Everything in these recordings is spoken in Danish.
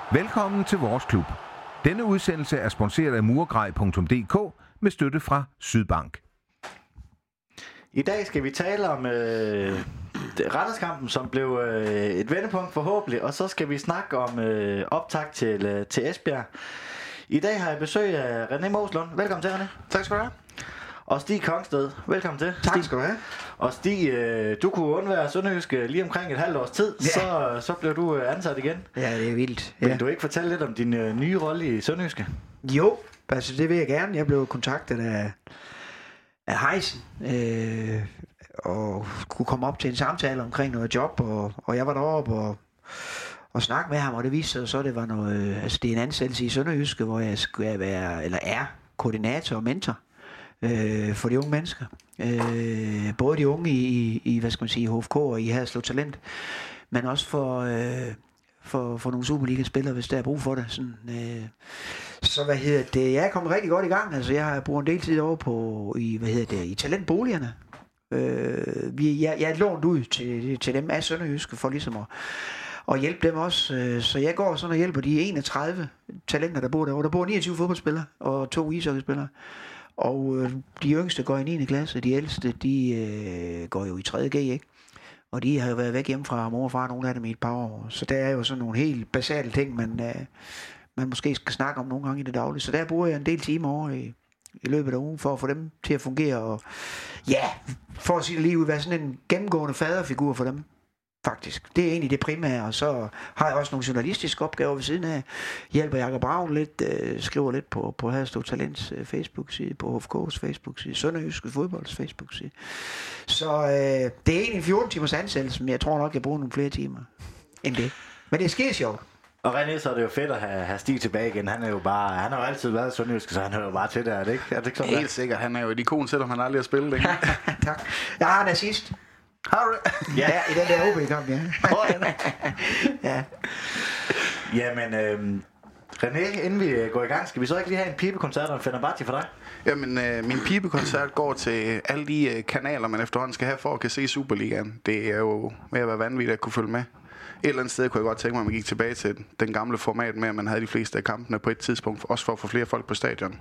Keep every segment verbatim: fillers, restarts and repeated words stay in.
Velkommen til vores klub. Denne udsendelse er sponsoreret af murgrej punktum d k med støtte fra Sydbank. I dag skal vi tale om øh, Randerskampen, som blev øh, et vendepunkt forhåbentlig, og så skal vi snakke om øh, optakt til, øh, til Esbjerg. I dag har jeg besøg af René Moslund. Velkommen til, René. Tak skal du have. Og Stig Kongsted. Velkommen til. Tak Stig. skal du have. Og Stig, øh, du kunne undvære Sønderjysk lige omkring et halvt års tid, ja. så, så blev du ansat igen. Ja, det er vildt. Vil Ja. du ikke fortælle lidt om din øh, nye rolle i Sønderjyske? Jo, altså det vil jeg gerne. Jeg blev kontaktet af, af Heisen, øh, og kunne komme op til en samtale omkring noget job, og, og jeg var deroppe og, og snakke med ham, og det viste sig så, det var noget, altså det er en ansættelse i Sønderjyske, hvor jeg skal være, eller er, koordinator og mentor øh, for de unge mennesker. Øh, både de unge i, i, hvad skal man sige, H F K og i Haderslev Talent, men også for, øh, for, for nogle Superliga-spillere, hvis der er brug for det. Sådan, øh. Så hvad hedder det? Jeg er kommet rigtig godt i gang. Altså, jeg har brugt en del tid over på i, hvad hedder det, i talentboligerne. Øh, vi, jeg, jeg er lånt ud til, til dem af Sønderjyske for ligesom at, at hjælpe dem også. Øh, så jeg går sådan og hjælper de enogtredive talenter, der bor derovre. Der bor niogtyve fodboldspillere og to ishockeyspillere. Og øh, de yngste går i niende klasse, de ældste, de øh, går jo i tredje G, ikke? Og de har jo været væk hjemme fra mor og far, nogle af dem i et par år. Så der er jo sådan nogle helt basale ting, man, øh, man måske skal snakke om nogle gange i det daglige. Så der bruger jeg en del timer over i, i løbet af ugen, for at få dem til at fungere. Og ja, for at sige det lige ud, være sådan en gennemgående faderfigur for dem. Faktisk. Det er egentlig det primære, og så har jeg også nogle journalistiske opgaver ved siden af. Hjælper Jakob Braun lidt, øh, skriver lidt på, på Haderslev Talents øh, Facebook-side, på H F K's Facebook-side, Sønderjyske Fodbolds Facebook-side. Så øh, det er egentlig fjorten timers ansættelse, men jeg tror nok, jeg bruger nogle flere timer end det. Men det er skide sjovt. Og René, så er det jo fedt at have, have Stig tilbage igen. Han er jo bare, han har jo altid været Sønderjysk, så han er jo bare til det, er det ikke? Er det ikke sådan, helt sikkert, han er jo et ikon, selvom han aldrig har spillet det. Tak. Jeg har en assist. Har du det? Ja, i den der O B-kamp, ja. Ja. Jamen, øh, René, inden vi går i gang, skal vi så ikke lige have en pibekoncert og en Fenerbahce for dig? Jamen, øh, min pibekoncert går til alle de øh, kanaler, man efterhånden skal have for at kan se Superligaen. Det er jo ved at være vanvittigt at kunne følge med. Et eller andet sted kunne jeg godt tænke mig, at man gik tilbage til den gamle format med, at man havde de fleste af kampene på et tidspunkt, også for at få flere folk på stadion.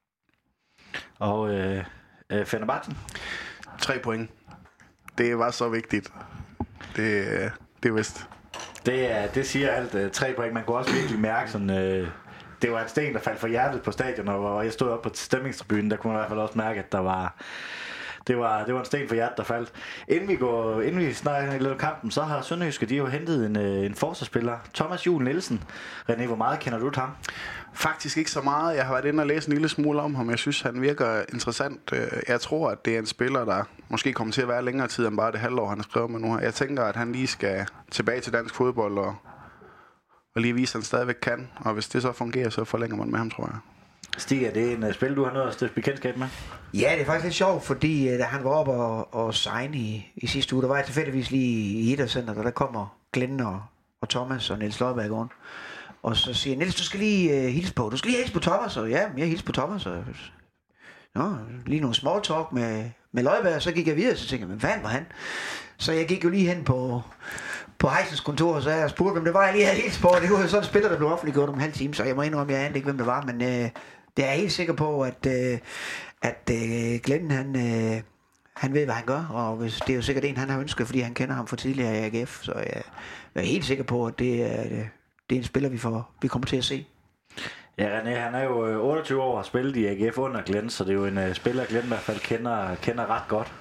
Og øh, øh, Fenerbahce? Tre point. Det var så vigtigt. Det, det er vist. Det, er, det siger alt. Uh, tre point. Man kunne også virkelig mærke sådan... Uh, det var en sten, der faldt for hjertet på stadion, og jeg stod op på stemmingstribunen, der kunne man i hvert fald også mærke, at der var... Det var, det var en sten for hjertet, der faldt. Inden vi, går, inden vi snakker lidt om kampen, så har Sønderjyske, de jo hentet en, en forsvarsspiller, Thomas Juhl Nielsen. René, hvor meget kender du til ham? Faktisk ikke så meget. Jeg har været inde og læst en lille smule om ham. Jeg synes, han virker interessant. Jeg tror, at det er en spiller, der måske kommer til at være længere tid end bare det halvår, han har skrevet med nu her. Jeg tænker, at han lige skal tilbage til dansk fodbold og, og lige vise, at han stadigvæk kan. Og hvis det så fungerer, så forlænger man med ham, tror jeg. Stig, er det en uh, spil, du har noget at stifte bekendtskab med? Ja, det er faktisk lidt sjovt, fordi da han var oppe og, og signe i, i sidste uge, der var jeg tilfældigvis lige i Idrætscenteret, og der kommer Glenn og, og Thomas og Niels Løjberg rundt. Og så siger Niels, du skal lige uh, hilse på, du skal lige hilse på Thomas, og ja, jeg hilser på Thomas, og nå, lige nogle small talk med, med Løjberg, og så gik jeg videre, og så tænkte jeg, men hvad var han? Så jeg gik jo lige hen på, på Heisens kontor, og så jeg spurgte, hvem det var, jeg lige havde hilst på, og det var jo sådan en spiller, der blev offentliggjort om en halv time, så jeg må indrømme, jeg anede ikke, hvem det var, men uh, det er jeg helt sikker på, at, uh, at uh, Glenn, han... Uh, Han ved, hvad han gør, og hvis, det er jo sikkert en, han har ønsket, fordi han kender ham fra tidligere i A G F, så jeg, jeg er helt sikker på, at det er, det er en spiller, vi, får, vi kommer til at se. Ja, René, han er jo otteogtyve år og har spillet i A G F under Glenn, så det er jo en uh, spiller, Glenn i hvert fald kender, kender ret godt.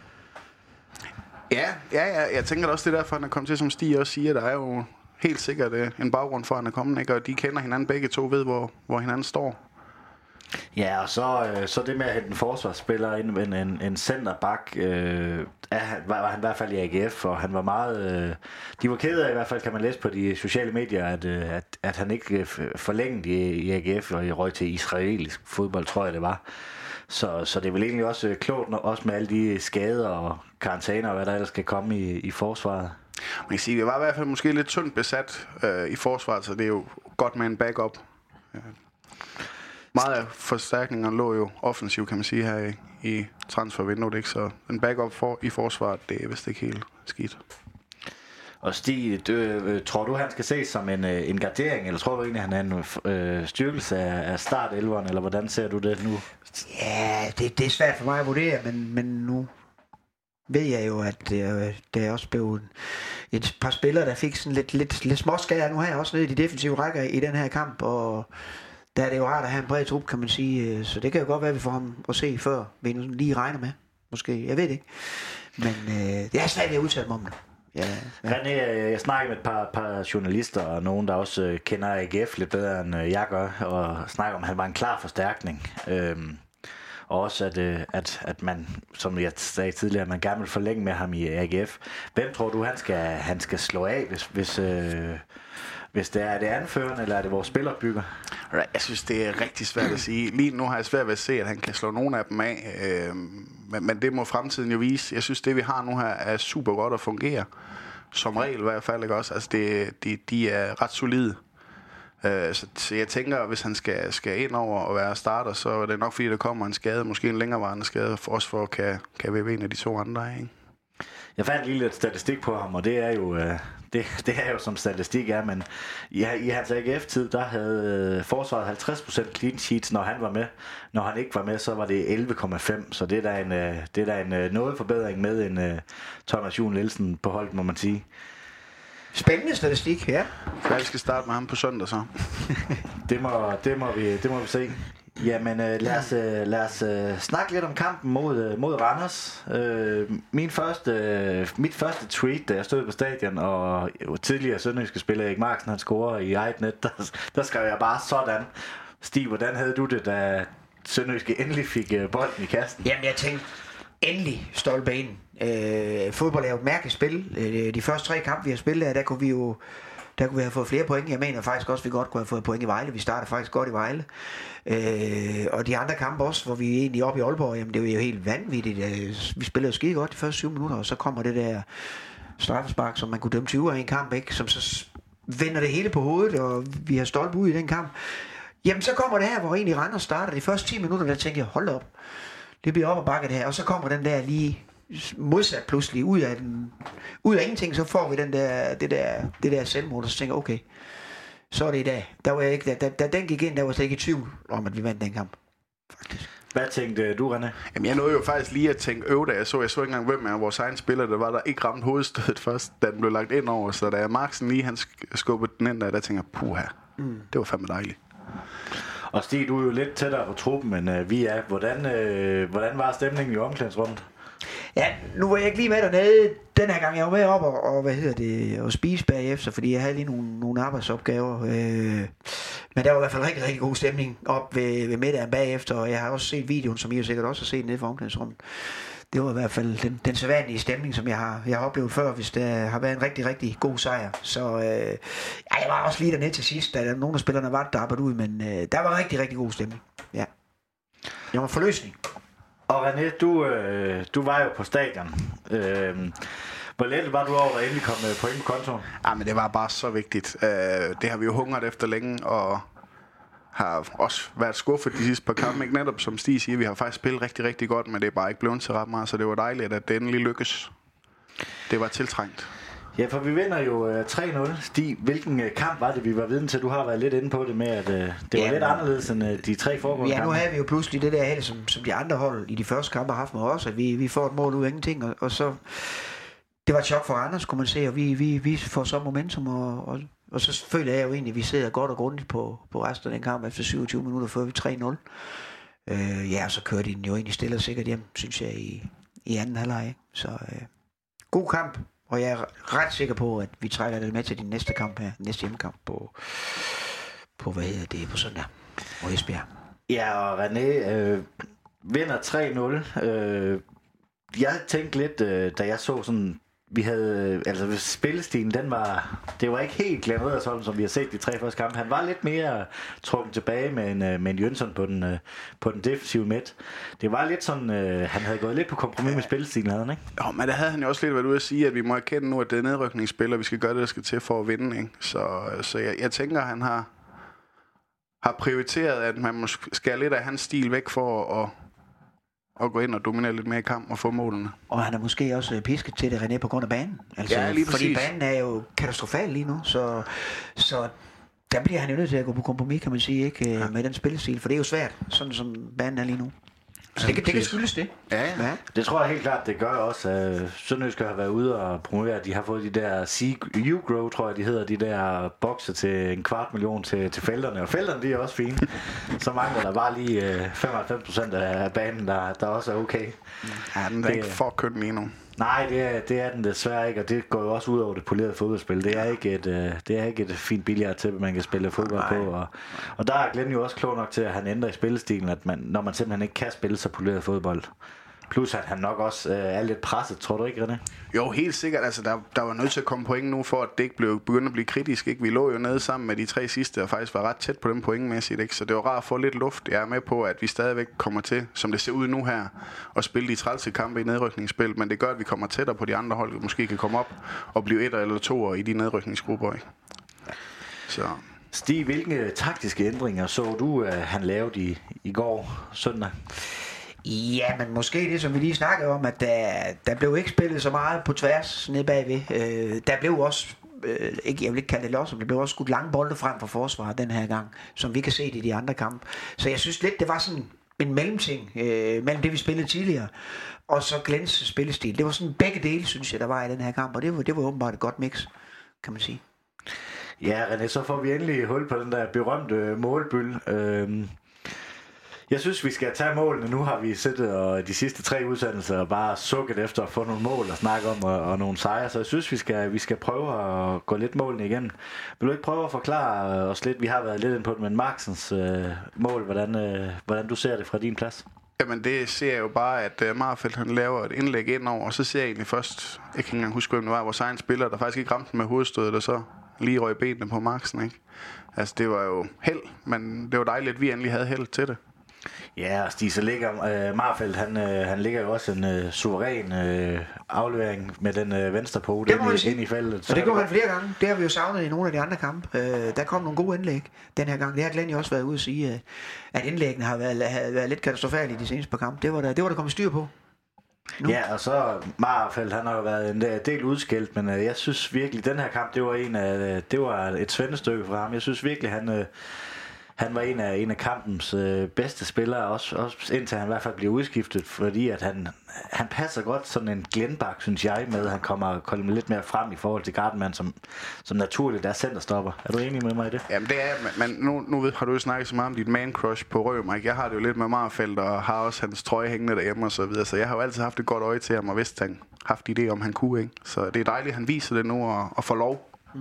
Ja, ja, ja, jeg tænker også, det er derfor, han er kommet til, som Stig også siger, der er jo helt sikkert uh, en baggrund for, at han er kommet, ikke? Og de kender hinanden begge to, ved, hvor, hvor hinanden står. Ja, og så, øh, så det med at hente en forsvarsspiller ind, en, en, en centerback, øh, er, var, var han i hvert fald i A G F, og han var meget... Øh, de var kede af, i hvert fald kan man læse på de sociale medier, at, øh, at, at han ikke forlængede i, i A G F, og i røg til israelisk fodbold, tror jeg det var. Så, så det er vel egentlig også klogt, også med alle de skader og karantæner, og hvad der ellers skal komme i, i forsvaret. Man kan sige, det var i hvert fald måske lidt tyndt besat øh, i forsvaret, så det er jo godt med en backup. Ja. Meget af forstærkningerne lå jo offensiv, kan man sige, her i, i transfervinduet, ikke? Så en backup for, i forsvaret, det er vist ikke helt skidt. Og Stig, øh, tror du, han skal ses som en, en gardering, eller tror du egentlig, han er en øh, styrkelse af, af startelveren, eller hvordan ser du det nu? Ja, det, det er svært for mig at vurdere, men, men nu ved jeg jo, at øh, der er også blevet et par spillere, der fik sådan lidt, lidt, lidt småskader nu her, også nede i de defensive rækker i den her kamp, og der er det jo rart at have en bred trup, kan man sige, så det kan jo godt være, at vi får ham at se før, vi lige regner med, måske, jeg ved det ikke, men øh, det er svært ved at udtale mig om det. Ja, ja. René, jeg snakker med et par, par journalister og nogen, der også kender A G F lidt bedre end jeg gør, og snakker om, at han var en klar forstærkning. Øhm, og også, at, at, at man, som jeg sagde tidligere, man gerne vil forlænge med ham i A G F. Hvem tror du, han skal, han skal slå af, hvis, hvis, øh, hvis det er, er det anføreren, eller er det vores spillerbygger? Jeg synes, det er rigtig svært at sige. Lige nu har jeg svært ved at se, at han kan slå nogle af dem af. Øh, men, men det må fremtiden jo vise. Jeg synes, det vi har nu her er super godt at fungere. Som regel i hvert fald, ikke også? Altså, det, de, de er ret solide. Øh, så, så jeg tænker, hvis han skal, skal ind over og være starter, så er det nok fordi, der kommer en skade. Måske en længerevarende skade, for os for at kan, kan være en af de to andre, ikke? Jeg fandt lige lidt statistik på ham, og det er jo, øh, det, det er jo som statistik er, men i, i hans A G F-tid, der havde øh, forsvaret halvtreds procent clean sheets, når han var med. Når han ikke var med, så var det elleve komma fem, så det er da en, øh, det er da en øh, noget forbedring med en øh, Thomas Juhl Nielsen på holdet, må man sige. Spændende statistik, ja. Jeg skal starte med ham på søndag, så. det, må, det, må vi, det må vi se. Jamen øh, lad os, øh, lad os øh, snakke lidt om kampen mod, øh, mod Randers. Øh, min første, øh, mit første tweet, da jeg stod på stadion, og tidligere sønderjyske spiller Erik Marksen, han scorer i eget net, der, der skrev jeg bare sådan. Stig, hvordan havde du det, da sønderjyske endelig fik øh, bolden i kassen? Jamen jeg tænkte, endelig stolpe ind. Øh, fodbold er jo et mærkeligt spil. Øh, de første tre kampe, vi har spillet, der kunne vi jo Der kunne vi have fået flere point. Jeg mener faktisk også, at vi godt kunne have fået point i Vejle. Vi starter faktisk godt i Vejle. Øh, og de andre kampe også, hvor vi egentlig er oppe i Aalborg, jamen det er jo helt vanvittigt. Vi spillede jo skide godt de første syv minutter, og så kommer det der straffespark, som man kunne dømme tyve af en kamp, ikke? Som så vender det hele på hovedet, og vi har stolpe ud i den kamp. Jamen så kommer det her, hvor egentlig Randers starter de første ti minutter, der tænker jeg, hold op. Det bliver op og bakke det her, og så kommer den der lige modsat pludselig ud af den, ud af ingenting, så får vi den der, det der, det der selvmord, og så tænker okay, så er det i dag. Der var jeg ikke, da, da den gik ind, der var slet ikke i tvivl om, at vi vandt den kamp. Faktisk. Hvad tænkte du, René? Jamen, jeg nåede jo faktisk lige at tænke øv, da jeg så. Jeg så ikke engang, hvem af vores egen spillere, der var der ikke ramt hovedstødet først, da den blev lagt ind over. Så da Marksen lige, han skubbede den ind, der, der tænker jeg, puha, mm. det var fandme dejligt. Og Stig, du er jo lidt tættere på truppen, men øh, vi er. Hvordan, øh, hvordan var stemningen i omklædningsrummet? Ja, nu var jeg ikke lige med dernede den her gang. Jeg var med op og, og hvad hedder det, og spise bagefter, fordi jeg havde lige nogle, nogle arbejdsopgaver. Øh, men der var i hvert fald rigtig, rigtig god stemning op ved, ved middagen bagefter, og jeg har også set videoen, som I jo sikkert også har set nede fra omklædningsrummet. Det var i hvert fald den, den sædvanlige stemning, som jeg har, jeg har oplevet før, hvis der har været en rigtig, rigtig god sejr. Så øh, ja, jeg var også lige dernede til sidst, da nogle af spillerne var der arbejdet ud, men øh, der var rigtig, rigtig god stemning. Ja. Det var forløsning. Og René, du, øh, du var jo på stadion. Øh, hvor let var du over, at endelig kom point på kontoen? Ja, men det var bare så vigtigt. Øh, det har vi jo hungret efter længe, og har også været skuffet de sidste par kampe. Ikke netop, som Stig siger, vi har faktisk spillet rigtig, rigtig godt, men det er bare ikke blevet til ret meget, så det var dejligt, at det endelig lykkes. Det var tiltrængt. Ja, for vi vinder jo uh, tre nul. Stig, hvilken uh, kamp var det, vi var viden til? Du har været lidt inde på det med, at uh, det var ja, lidt anderledes end uh, de tre foregående ja, kampe. Ja, nu havde vi jo pludselig det der held, som, som de andre hold i de første kampe har haft med os, at vi, vi får et mål ud af ingenting, og, og så... Det var et chok for Randers, kunne man se, og vi, vi, vi får så momentum, og, og, og så føler jeg jo egentlig, at vi sidder godt og grundigt på, på resten af den kamp efter syvogtyve minutter, før vi tre nul. Øh, ja, og så kører de den jo egentlig stille og sikkert hjem, synes jeg, i, i anden halvleg. Så øh, god kamp. Og jeg er ret sikker på, at vi trækker det med til din næste kamp her, næste hjemmekamp på, på hvad hedder det, på søndag, og Esbjerg. Ja, og René øh, vinder tre nul. Øh, jeg tænkte lidt, øh, da jeg så sådan, vi havde, altså spillestilen, den var, det var ikke helt glædet sådan, som vi har set de tre første kampe. Han var lidt mere trukket tilbage med en, med en Jønsson på den, på den defensive midt. Det var lidt sådan, øh, han havde gået lidt på kompromis med spillestilen, havde han, ikke? Jo, men der havde han jo også lidt været ude at sige, at vi må erkende nu, at det er nedrykningsspil, og vi skal gøre det, der skal til for at vinde, ikke? Så, så jeg, jeg tænker, at han har, har prioriteret, at man må skære lidt af hans stil væk for at at gå ind og dominere lidt mere i kamp og få målene. Og han er måske også pisket til det, René, på grund af banen. Altså, ja, lige fordi præcis. banen er jo katastrofal lige nu, så, så der bliver han jo nødt til at gå på kompromis, kan man sige, ikke, ja. med den spillestil, for det er jo svært, sådan som banen er lige nu. Så det, det kan skyldes det. Ja, ja. ja. Det tror jeg helt klart, det gør også. Uh, Sønderjyske har været ude og promovere. De har fået de der U-Grow, tror jeg, de hedder. De der bokse til en kvart million til, til felterne. Og felterne, de er også fine. Så mangler der bare lige uh, femoghalvfems procent af banen, der, der også er okay. Ja, den er det, ikke for kønt lige nu. Nej, det er, det er den desværre ikke, og det går jo også ud over det polerede fodboldspil. Det er ikke et, øh, det er ikke et fint billigere til, man kan spille fodbold Nej. på. Og, og der er Glenn jo også klog nok til, at han ændrer i spillestilen, at man, når man simpelthen ikke kan spille så poleret fodbold. Plus at han nok også øh, er lidt presset, tror du ikke, René? Jo, helt sikkert. Altså, der, der var nødt til at komme point nu, for at det ikke blev, begyndte at blive kritisk. Ikke? Vi lå jo nede sammen med de tre sidste, og faktisk var ret tæt på dem pointmæssigt. Ikke? Så det var rart at få lidt luft. Jeg er med på, at vi stadigvæk kommer til, som det ser ud nu her, at spille de trælse kampe i nedrykningsspil. Men det gør, at vi kommer tættere på de andre hold, og måske kan komme op og blive et eller to i de nedrykningsgrupper. Ikke? Så... Stig, hvilke taktiske ændringer så du, at han lavede i, i går søndag? Ja, men måske det, som vi lige snakkede om, at der, der blev ikke spillet så meget på tværs nede bagved. Øh, der blev også, øh, ikke, jeg vil ikke kalde det los, men der blev også skudt lange bolde frem for forsvaret den her gang, som vi kan se det i de andre kampe. Så jeg synes lidt, det var sådan en mellemting øh, mellem det, vi spillede tidligere, og så Glens spillestil. Det var sådan begge dele, synes jeg, der var i den her kamp, og det var, det var åbenbart et godt mix, kan man sige. Ja, René, så får vi endelig hul på den der berømte målbyld. Øh... Jeg synes, vi skal tage målene. Nu har vi siddet og de sidste tre udsendelser og bare sukket efter at få nogle mål og snakke om og, og nogle sejre. Så jeg synes, vi skal, vi skal prøve at gå lidt målene igen. Vil du ikke prøve at forklare os lidt? Vi har været lidt inde på det med Marksens øh, mål. Hvordan, øh, hvordan du ser det fra din plads? Jamen det ser jeg jo bare, at uh, Marfeldt han laver et indlæg indover, og så ser jeg egentlig først, jeg kan ikke engang huske, hvem det var, vores egen spiller, der faktisk ikke ramte med hovedstødet, og så lige røg benene på Marksen, ikke? Altså det var jo held, men det var dejligt, at vi endelig havde held til det. Ja, og Stig, så ligger øh, Marfeldt, han, øh, han ligger jo også en øh, suveræn øh, aflevering med den øh, venstre på ind, ind i feltet. Og det gjorde han flere gange. Det har vi jo savnet i nogle af de andre kampe. Øh, der kom nogle gode indlæg den her gang. Det har Glenn jo også været ude at sige, øh, at indlæggene har været, har været lidt katastrofale i de seneste par kampe. Det var der, det var der kommet styr på. Nu. Ja, og så Marfeldt, han har jo været en del udskilt, men øh, jeg synes virkelig, den her kamp, det var en af, det var et svendestykke fra ham. Jeg synes virkelig, han... Øh, Han var en af, en af kampens øh, bedste spillere, også, også indtil han i hvert fald bliver udskiftet, fordi at han, han passer godt sådan en Glenbak, synes jeg, med at han kommer, kommer lidt mere frem i forhold til Gardenman, som, som naturligt er centerstopper. Er du enig med mig i det? Jamen det er, men nu, nu har du jo snakket så meget om dit man crush på Rømer, ikke? Jeg har det jo lidt med Marfeldt, og har også hans trøje hængende derhjemme og så videre, så jeg har jo altid haft et godt øje til ham, og vidst han haft idé om han kunne, ikke? Så det er dejligt, at han viser det nu og, og får lov. Mm.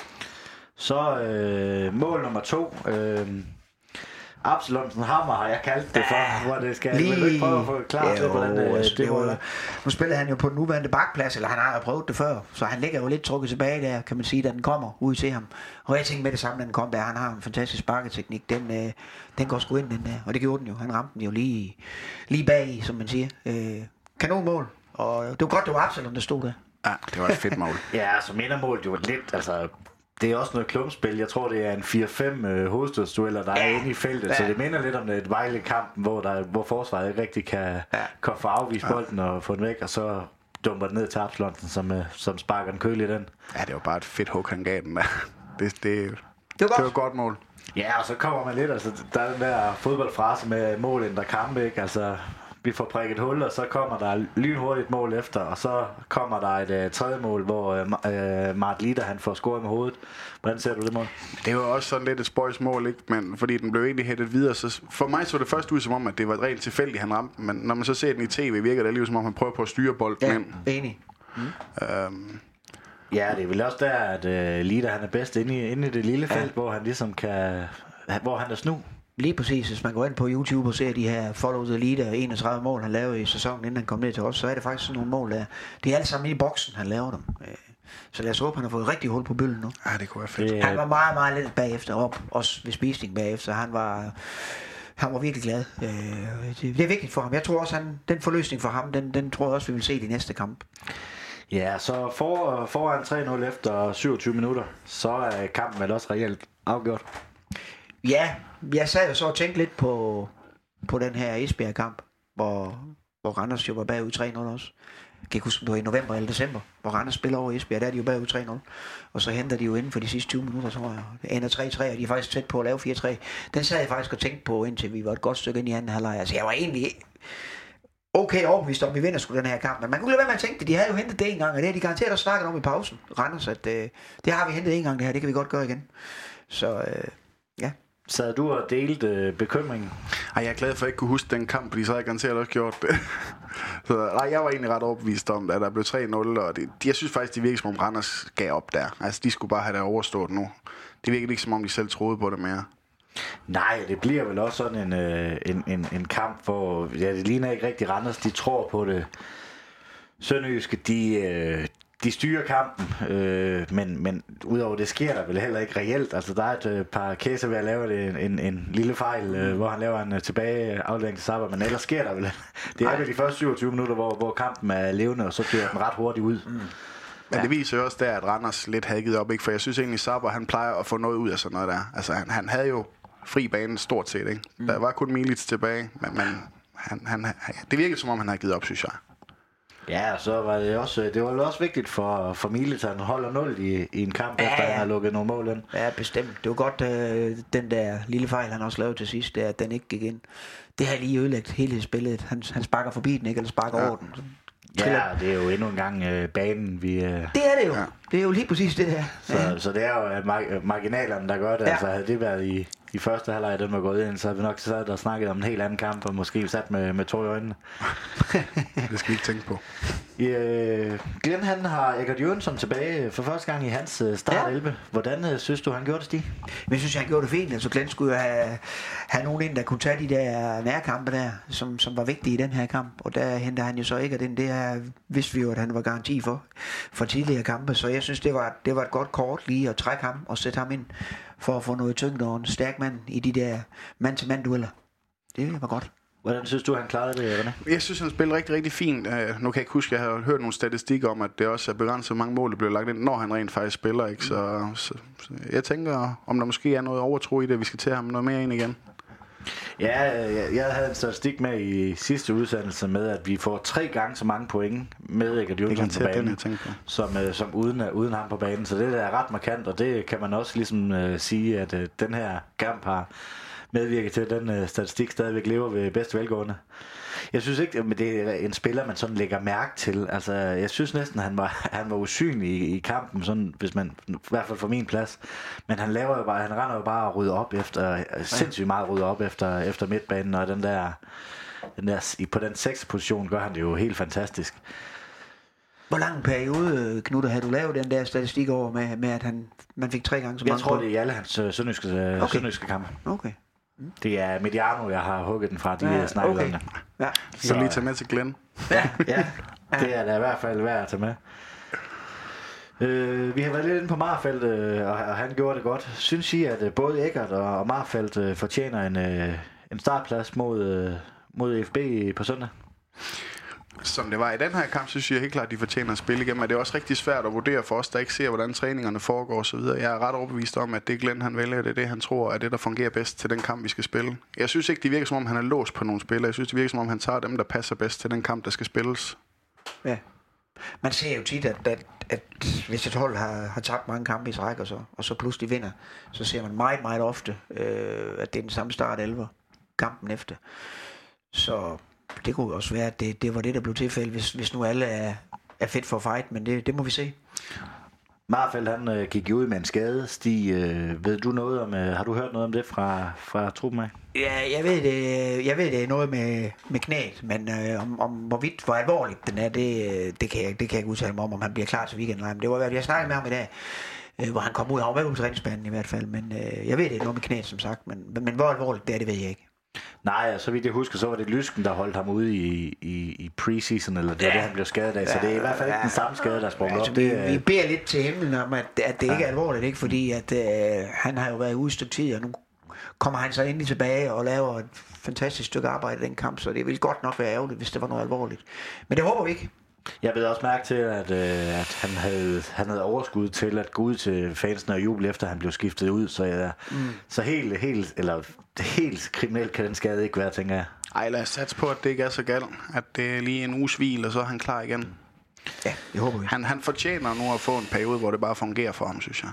Så øh, mål nummer to. Øh, Absalonsen Hammer har jeg kaldt det for, hvor det skal lige... jeg prøve at få klart til, hvordan øh, altså, det, det var. Nu spiller han jo på den nuværende bakplads, eller han har jo prøvet det før, så han ligger jo lidt trukket tilbage der, kan man sige, da den kommer ud til ham. Og jeg tænkte med det samme, da den kom der, han har en fantastisk sparketeknik, den, øh, den går sgu ind den der, og det gjorde den jo, han ramte den jo lige, lige bag i, som man siger. Øh, kanonmål, og det var godt, det var Absalon, der stod der. Ja, det var et fedt mål. Ja, så midtermålet jo lidt, altså... Det er også noget klumpspil. Jeg tror, det er en fire fem øh, hovedstødsdueller, der ja. er inde i feltet. Ja. Så det minder lidt om et Vejle-kamp, hvor, der, hvor forsvaret ikke rigtig kan, ja. kan få afvist ja. bolden og få den væk, og så dumper den ned til Absalonsen, som, øh, som sparker den kølig den. Ja, det var bare et fedt hug, han gav den der. Det, det, det, var det var et godt mål. Ja, og så kommer man lidt, altså der er den der fodboldfrase med mål ændrer kampe, ikke? Altså... Vi får prikket et hul, og så kommer der lynhurtigt mål efter, og så kommer der et uh, tredje mål, hvor uh, Mart Lider, han får scoret med hovedet. Hvordan ser du det mål? Det var også sådan lidt et spøjs mål, ikke? Men fordi den blev egentlig hættet videre, så for mig så det først ud som om, at det var et rent tilfældigt, han ramte. Men når man så ser den i tv, virker det alligevel som om, han prøver på at styre bolden ind. Ja, enig. Mm. Øhm. Ja, det er vel også der, at uh, Lider, han er bedst inde i, inde i det lille felt, ja. hvor han ligesom kan... Hvor han er snu. Lige præcis, hvis man går ind på YouTube og ser de her Follow the Leader, enogtredive mål, han lavede i sæsonen, inden han kom ned til os, så er det faktisk sådan nogle mål, der det er alt sammen i boksen, han laver dem. Så lad os håbe, han har fået rigtig hul på bølgen nu. Ja, det kunne være fedt. Det, han var meget, meget lidt bagefter, op, også ved spisning bagefter. Han var, han var virkelig glad. Det er vigtigt for ham. Jeg tror også, han, den forløsning for ham, den, den tror jeg også, vi vil se i de næste kamp. Ja, så for, foran tre nul efter syvogtyve minutter, så er kampen vel også reelt afgjort. Ja, jeg sad jo så og tænkte lidt på, på den her Esbjerg-kamp, hvor, hvor Randers jo var bagud tre nul også. Jeg kan ikke huske, om det var i november eller december, hvor Randers spiller over Esbjerg, der er de jo bagud tre nul. Og så henter de jo inden for de sidste tyve minutter, tror jeg. Det ender tre tre, og de er faktisk tæt på at lave fire tre. Den sad jeg faktisk og tænkte på, indtil vi var et godt stykke ind i anden halvleg. Altså jeg var egentlig okay overbevist om, at vi vinder sgu den her kamp. Men man kunne lade være med at tænke det. De havde jo hentet det en gang, og det har de garanteret også snakket om i pausen. Randers, at øh, det har vi hentet en gang det her, det kan vi godt gøre igen. Så øh, ja. Så du og delte øh, bekymringen? Ej, jeg er glad for, at jeg ikke kunne huske den kamp, fordi så havde jeg garanteret også gjort det. Så nej, jeg var egentlig ret overbevist om, at der blev tre nul, og det, jeg synes faktisk, det virkede som om Randers gav op der. Altså, de skulle bare have det overstået nu. Det virkede ikke som om, de selv troede på det mere. Nej, det bliver vel også sådan en, øh, en, en, en kamp, hvor ja, det ligner ikke rigtig Randers, de tror på det. Sønderjyske, de, øh, de styrer kampen, øh, men, men udover det sker der vel heller ikke reelt. Altså der er et øh, par caser ved at lave en, en, en lille fejl, øh, hvor han laver en uh, tilbage aflevering til Sabah, men ellers sker der vel. Det er vel de første syvogtyve minutter, hvor, hvor kampen er levende, og så dør den ret hurtigt ud. Mm. Men ja. Det viser jo også der, at Randers lidt havde givet op, ikke? For jeg synes egentlig, Sabah, han plejer at få noget ud af sådan noget der. Altså han, han havde jo fri bane stort set, ikke? Mm. Der var kun Milic tilbage, men, men han, han, det virkede som om, han havde givet op, synes jeg. Ja, og så var det også, det var jo også vigtigt for, for Milic, at han holder nul i, i en kamp, ja, efter ja. han har lukket nogle mål ind. Ja, bestemt. Det var godt, øh, den der lille fejl, han også lavede til sidst, der, at den ikke gik ind. Det har lige ødelagt hele spillet. Han, han sparker forbi den, ikke? Eller sparker ja. over den. Så ja, det er jo endnu en gang øh, banen, vi... Øh... Det er det jo. Ja. Det er jo lige præcis det her. Så, ja. så det er jo mar- marginalerne, der gør det. Ja. Altså havde det været i, i første halvleg, den var gået ind, så havde vi nok sad og snakket om en helt anden kamp, og måske sat med, med tår i øjnene. Det skal vi ikke tænke på. Øh, Glenn, han har Eggert Jørgensen tilbage for første gang i hans start elleve. Ja. Hvordan øh, synes du, han gjorde det, Stig? Men jeg synes, han gjorde det fint. Altså Glenn skulle jo have, have nogen ind, der kunne tage de der nærkampe der, som, som var vigtige i den her kamp. Og der henter han jo så Eggert ind. Det her vidste vi jo, at han var garanti for, for tidligere kampe. Så jeg synes, det var, det var et godt kort lige at trække ham og sætte ham ind for at få noget tyngde og en stærk mand i de der mand-til-mand-dueller. Det var godt. Hvordan synes du, han klarede det, René? Jeg synes, han spiller rigtig, rigtig fint. Uh, nu kan jeg ikke huske, jeg har hørt nogle statistikker om, at det også er begrænset, hvor mange mål, der bliver lagt ind, når han rent faktisk spiller. Ikke? Så, så, så jeg tænker, om der måske er noget overtro i det, vi skal til ham noget mere ind igen. Ja, jeg, jeg havde en statistik med i sidste udsendelse med, at vi får tre gange så mange point med Eggert Jørgensen på banen, den, som, uh, som uden, uh, uden ham på banen. Så det er ret markant, og det kan man også ligesom uh, sige, at uh, den her kamp har medvirket til, at den uh, statistik stadigvæk lever ved bedste velgående. Jeg synes ikke, at det er en spiller, man sådan lægger mærke til. Altså, jeg synes næsten, at han var, han var usynlig i, i kampen, sådan, hvis man, i hvert fald for min plads. Men han laver jo bare, han render jo bare og rydder op efter, sindssygt meget rydder op efter, efter midtbanen, og den der, den der, på den seks position gør han det jo helt fantastisk. Hvor lang en periode, Knutte, havde du lavet den der statistik over med, med at han, man fik tre gange så mange? Jeg tror, på? Det er i alle hans sønderjyske, okay. sønderjyske kampe. Okay. Mm. Det er Mediano, jeg har hugget den fra, de ja, snakker okay. om det. Ja. Så lige tage med til Glenn. Ja, ja, det er da i hvert fald værd at tage med. Øh, vi har været lidt inde på Marfeldt, øh, og, og han gjorde det godt. Synes I, at øh, både Eggert og, og Marfeldt øh, fortjener en, øh, en startplads mod, øh, mod F B på søndag? Som det var i den her kamp, så synes jeg helt klart, at de fortjener at spille igennem. Men det er også rigtig svært at vurdere for os, der ikke ser, hvordan træningerne foregår osv. Jeg er ret overbevist om, at det Glenn han vælger, det er det, han tror er det, der fungerer bedst til den kamp, vi skal spille. Jeg synes ikke, det virker som om, han er låst på nogle spillere. Jeg synes, det virker som om, han tager dem, der passer bedst til den kamp, der skal spilles. Ja. Man ser jo tit, at, at, at hvis et hold har, har tabt mange kampe i træk, og så, og så pludselig vinder, så ser man meget, meget ofte, øh, at det er den samme start elver kampen efter. Så det kunne også være, at det, det var det, der blev tilfældet, hvis, hvis nu alle er, er fedt for fight, men det, det må vi se. Marfeldt, han øh, gik jo ud med en skade. Stig, øh, ved du noget om, øh, har du hørt noget om det fra, fra truppen af? Ja, jeg ved det, jeg ved det er noget med, med knæet, men øh, om, om hvorvidt, hvor alvorligt den er, det, det, kan jeg, det kan jeg ikke udtale mig om, om han bliver klar til weekenden. Men det var, jeg snakkede med ham i dag, øh, hvor han kom ud, han var med på træningsbanen i hvert fald, men øh, jeg ved det er noget med knæet, som sagt, men, men, men hvor alvorligt det er, det ved jeg ikke. Nej, så vidt jeg husker, så var det Lysken, der holdt ham ude i, i, i preseason, eller det var ja. det, han blev skadet af, så det er i hvert fald ikke ja. den samme skade, der sprang altså, op. Vi, det, vi beder lidt til himlen om, at, at det ja. ikke er alvorligt, ikke? Fordi at, øh, han har jo været ude et stykke tid, og nu kommer han så endelig tilbage og laver et fantastisk stykke arbejde i den kamp, så det ville godt nok være ærgerligt, hvis det var noget alvorligt. Men det håber vi ikke. Jeg ved også mærke til, at, øh, at han, havde, han havde overskud til at gå ud til fansen og juble efter han blev skiftet ud, så, jeg, mm. så helt, helt, eller helt kriminelt kan den skade ikke være, tænker jeg. Ej, lad os satse på, at det ikke er så galt, at det er lige en uges hvil, og så er han klar igen. Ja, det håber vi. Han, han fortjener nu at få en periode, hvor det bare fungerer for ham, synes jeg.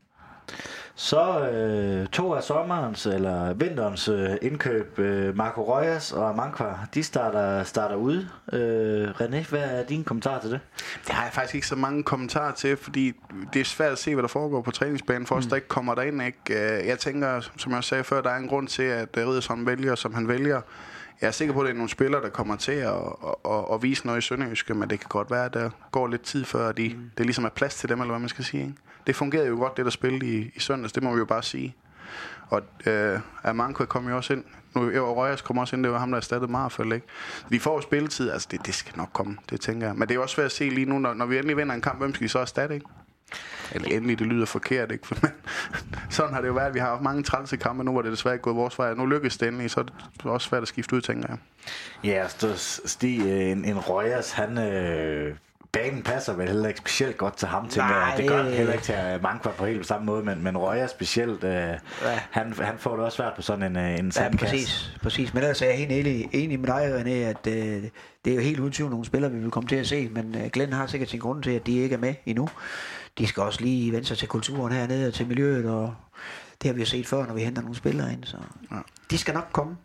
Så øh, to af sommerens eller vinterens øh, indkøb, øh, Marco Rojas og Amankwa, de starter, starter ude. Øh, René, hvad er din kommentar til det? Det har jeg faktisk ikke så mange kommentarer til, fordi det er svært at se, hvad der foregår på træningsbanen, for os, mm. der ikke kommer derind. Ikke? Jeg tænker, som jeg sagde før, der er en grund til, at Riddersholm vælger, som han vælger. Jeg er sikker på, at det er nogle spillere, der kommer til at, at, at, at vise noget i Sønderjyske, men det kan godt være, at der går lidt tid før, de, mm. det ligesom er plads til dem, eller hvad man skal sige. Ikke? Det fungerede jo godt, det der spillede i, i søndags, det må vi jo bare sige. Og øh, Amankwa kom jo også ind. Nu, og Røgers kom også ind, det var ham, der erstattede Marfald, ikke? Vi får jo spilletid, altså det, det skal nok komme, det tænker jeg. Men det er også svært at se lige nu, når, når vi endelig vinder en kamp, hvem skal vi så erstatte, ikke? Eller endelig, det lyder forkert, ikke? Men sådan har det jo været. Vi har haft mange trælse kampe nu, hvor det desværre ikke gået vores vej. Nu lykkes det endelig, så er det også svært at skifte ud, tænker jeg. Ja, Stig, en, en Røgers, han... Øh banen passer vel heller ikke specielt godt til ham, tænker jeg. Det gør han heller ikke til Amankwa på helt samme måde, men, men Røger specielt, øh, ja. han, han får det også svært på sådan en, en sandkasse. Ja, præcis, præcis. Men ellers er jeg helt enig, enig med dig, René, at øh, det er jo helt uden tvivl nogle spillere, vi vil komme til at se, men øh, Glenn har sikkert sin grund til, at de ikke er med endnu. De skal også lige vende sig til kulturen hernede og til miljøet, og det har vi jo set før, når vi henter nogle spillere ind, så ja. De skal nok komme.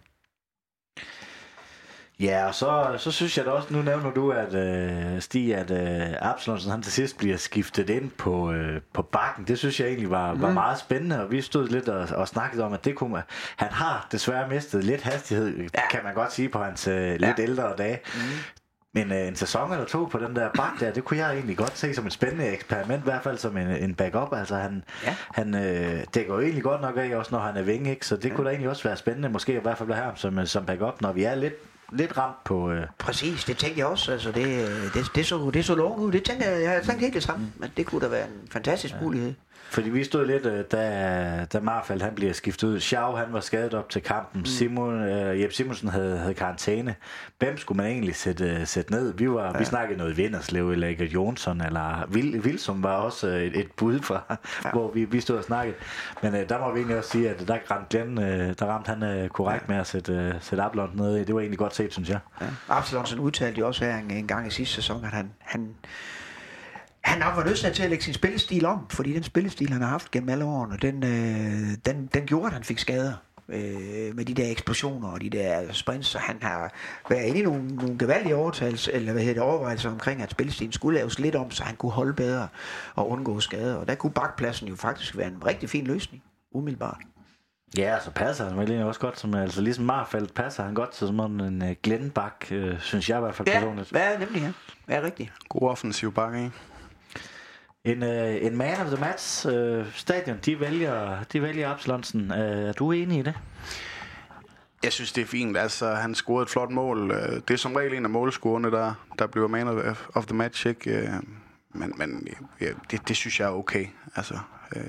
Ja, og så, så synes jeg da også, nu nævner du, at øh, Stig, at øh, Absalonsen, han til sidst bliver skiftet ind på, øh, på bakken. Det synes jeg egentlig var, mm. var meget spændende, og vi stod lidt og, og snakkede om, at det kunne, han har desværre mistet lidt hastighed, ja. Kan man godt sige, på hans øh, lidt ja. ældre dage. Mm. Men øh, en sæson eller to på den der bak der, det kunne jeg egentlig godt se som et spændende eksperiment, i hvert fald som en, en backup. Altså han, ja. han øh, dækker jo egentlig godt nok af, også når han er vinge, ikke? Så det ja. kunne da egentlig også være spændende, måske i hvert fald have ham som, som backup, når vi er lidt lidt ramt på... Øh... Præcis, det tænkte jeg også. Altså, det, det, det, så, det så lovende ud. Det tænkte jeg, jeg havde tænkt helt det samme. Men det kunne da være en fantastisk ja. mulighed. Fordi vi stod lidt, da, da Marfald han bliver skiftet ud. Schau, han var skadet op til kampen. Mm. Simon, øh, Jeppe Simonsen havde, havde karantæne. Hvem skulle man egentlig sætte, sætte ned? Vi, var, ja. vi snakkede noget Vinderslev, eller Egert Jonsson, eller Vilsum var også et, et bud fra, ja. hvor vi, vi stod og snakkede. Men øh, der må vi egentlig også sige, at der ramte Glenn, øh, der ramte han øh, korrekt ja. med at sætte, øh, sætte Absalon ned. Det var egentlig godt set, synes jeg. Ja. Absalonsen udtalte jo også her en, en gang i sidste sæson, at han... han Han nok var nødt til at lægge sin spillestil om, fordi den spillestil, han har haft gennem alle årene, den, øh, den, den gjorde, at han fik skader øh, med de der eksplosioner og de der sprints, så han har været inde i nogle, nogle gevaldige overtagelser, eller hvad hedder det, overvejelser omkring, at spillestilen skulle laves lidt om, så han kunne holde bedre og undgå skader. Og der kunne bakpladsen jo faktisk være en rigtig fin løsning, umiddelbart. Ja, så passer han vel også godt, som, altså ligesom Marfeldt passer han godt til sådan en uh, Glenn-bak, øh, synes jeg i hvert fald personligt. Ja, ja, nemlig, ja. Ja, rigtigt. God offensiv bak, ikke? En, øh, en man of the match øh, stadion, de vælger, de vælger Absalonsen. Øh, er du enig i det? Jeg synes, det er fint. Altså, han scorede et flot mål. Det er som regel en af målscorerne, der, der bliver man of the match, ikke? Men, men ja, det, det synes jeg er okay. Altså, øh,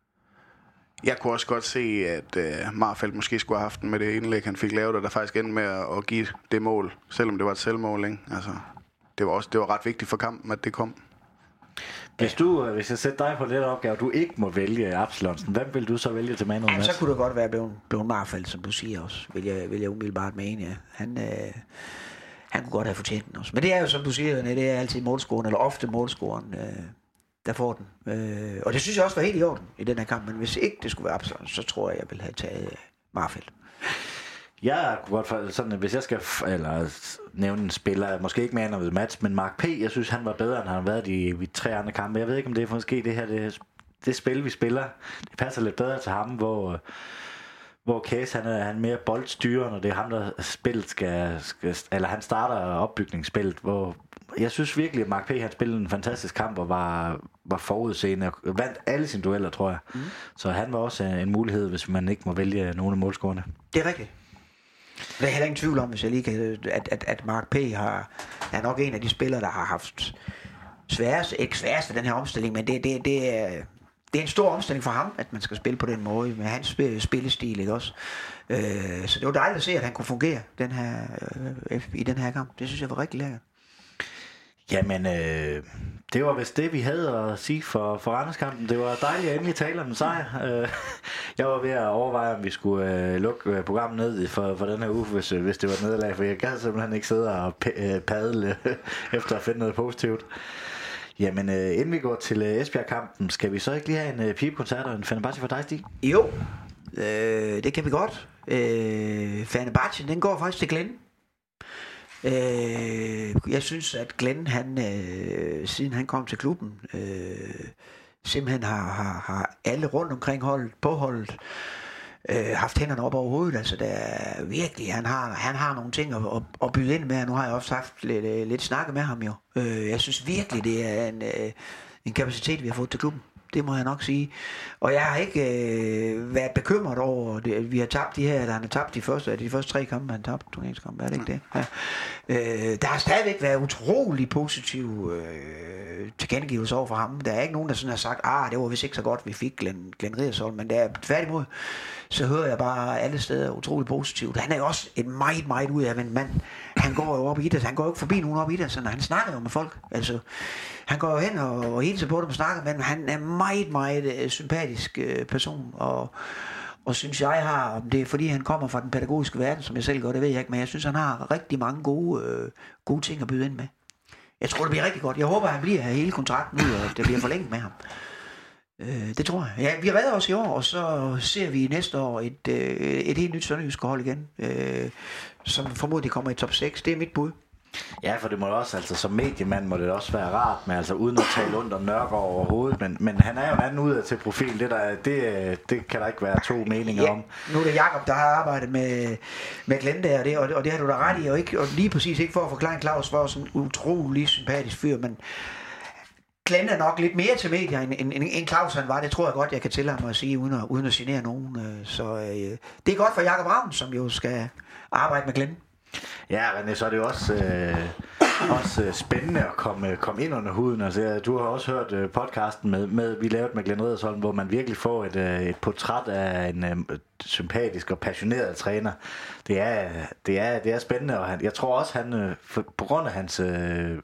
jeg kunne også godt se, at øh, Marfeldt måske skulle have haft den med det indlæg, han fik lavet, og der faktisk endte med at, at give det mål, selvom det var et selvmål, ikke? Altså, det var også det var ret vigtigt for kampen, at det kom. Hvis du, hvis jeg sætter dig på den opgave, du ikke må vælge Absalonsen, hvem vil du så vælge til man of the match? Så kunne det godt være blevet, blevet Marfeldt, som du siger også, vil jeg, vil jeg umiddelbart mene, ja. Han, øh, han kunne godt have fortjent den også. Men det er jo, som du siger, det er altid målscoren, eller ofte målscoren, øh, der får den. Øh, og det synes jeg også var helt i orden i den her kamp, men hvis ikke det skulle være Absalonsen, så tror jeg, jeg ville have taget Marfeldt. Jeg kunne godt, sådan, hvis jeg skal eller, nævne en spiller, måske ikke man of the match, men Mark P., jeg synes, han var bedre, end han har været i de tre andre kampe. Jeg ved ikke, om det er måske det her, det, det spil, vi spiller, det passer lidt bedre til ham, hvor, hvor Case, han er, han er mere boldstyrende, og det er ham, der spillet skal, skal, eller han starter opbygningsspillet, hvor jeg synes virkelig, at Mark P., han spillede en fantastisk kamp, og var, var forudseende, og vandt alle sine dueller, tror jeg. Mm. Så han var også en mulighed, hvis man ikke må vælge nogle af målscorerne. Det er rigtigt. Der er heller ingen tvivl om, hvis jeg lige kan, at, at, at Mark P. Har, er nok en af de spillere, der har haft sværest, ikke sværest den her omstilling, men det, det, det, er, det er en stor omstilling for ham, at man skal spille på den måde, med hans spillestil, ikke også? Øh, så det var dejligt at se, at han kunne fungere den her, øh, i den her kamp. Det synes jeg var rigtig lækkert. Jamen, øh, det var vist det, vi havde at sige for, for Randerskampen. Det var dejligt at endelig tale om en sejr. Øh, jeg var ved at overveje, om vi skulle øh, lukke programmet ned for, for den her uge, hvis, hvis det var et nederlag, for jeg kan simpelthen ikke sidde og padle efter at finde noget positivt. Jamen, øh, inden vi går til øh, Esbjerg-kampen, skal vi så ikke lige have en øh, pibekoncert og en Fenerbahce for dig, Stig? Jo, øh, det kan vi godt. Øh, Fenerbahce, den går faktisk til Glenn. Øh, jeg synes, at Glenn, han, øh, siden han kom til klubben, øh, simpelthen har, har, har alle rundt omkring holdet, på holdet, øh, haft hænderne op over hovedet. Altså, der er virkelig, han har, han har nogle ting at, at, at byde ind med. Nu har jeg også haft lidt, lidt snakke med ham jo. Øh, jeg synes virkelig, det er en, øh, en kapacitet, vi har fået til klubben. Det må jeg nok sige. Og jeg har ikke øh, været bekymret over, det, vi har tabt de her, eller han har tabt de første, de første tre kampe, han tabt turneringskampe, er det ikke det? Ja. Øh, der har stadigvæk været utrolig positive øh, tilkendegivelser over for ham. Der er ikke nogen, der sådan har sagt, ah, det var vist ikke så godt, vi fik Glenn, Glenn Riddersholm, men der er tværtimod, så hører jeg bare alle steder utrolig positivt. Han er jo også en meget, meget udadvendt mand. Han går jo op i det, han går jo ikke forbi nogen op i det, så når han snakker jo med folk, altså, han går jo hen og, og hilser på dem og snakker, men han er meget, meget øh, sympatisk øh, person, og, og synes jeg har, om det er fordi han kommer fra den pædagogiske verden, som jeg selv gør, det ved jeg ikke, men jeg synes han har rigtig mange gode, øh, gode ting at byde ind med. Jeg tror det bliver rigtig godt. Jeg håber han bliver her hele kontrakten ud, og at det bliver forlænget med ham. Øh, det tror jeg. Ja, vi redder os i år, og så ser vi næste år et, øh, et helt nyt sønderjysk hold igen, øh, som formodentlig kommer i top seks. Det er mit bud. Ja, for det må også, altså som mediemand må det også være rart, med altså uden at tale ondt om Nørgaard overhovedet, men, men han er jo en anden udad til profil, det, der, det, det kan der ikke være to meninger ja, om. Nu er det Jakob, der har arbejdet med, med Glenn der, og det, og, det, og det har du da ret i, og, ikke, og lige præcis ikke for at forklare, Claus var sådan en utrolig sympatisk fyr, men Glenn er nok lidt mere til medier, end, end, end Claus han var, det tror jeg godt, jeg kan tillade mig at sige, uden at, uden at genere nogen, så øh, det er godt for Jakob Ravn, som jo skal arbejde med Glenn. Ja, René, så er det jo også, øh, også øh, spændende at komme, komme ind under huden. Altså, du har også hørt øh, podcasten, med, med, vi lavede med Glenn Riddersholm, hvor man virkelig får et, øh, et portræt af en øh, sympatisk og passioneret træner. Det er, det er, det er spændende, og han, jeg tror også, han øh, for, på grund af hans øh,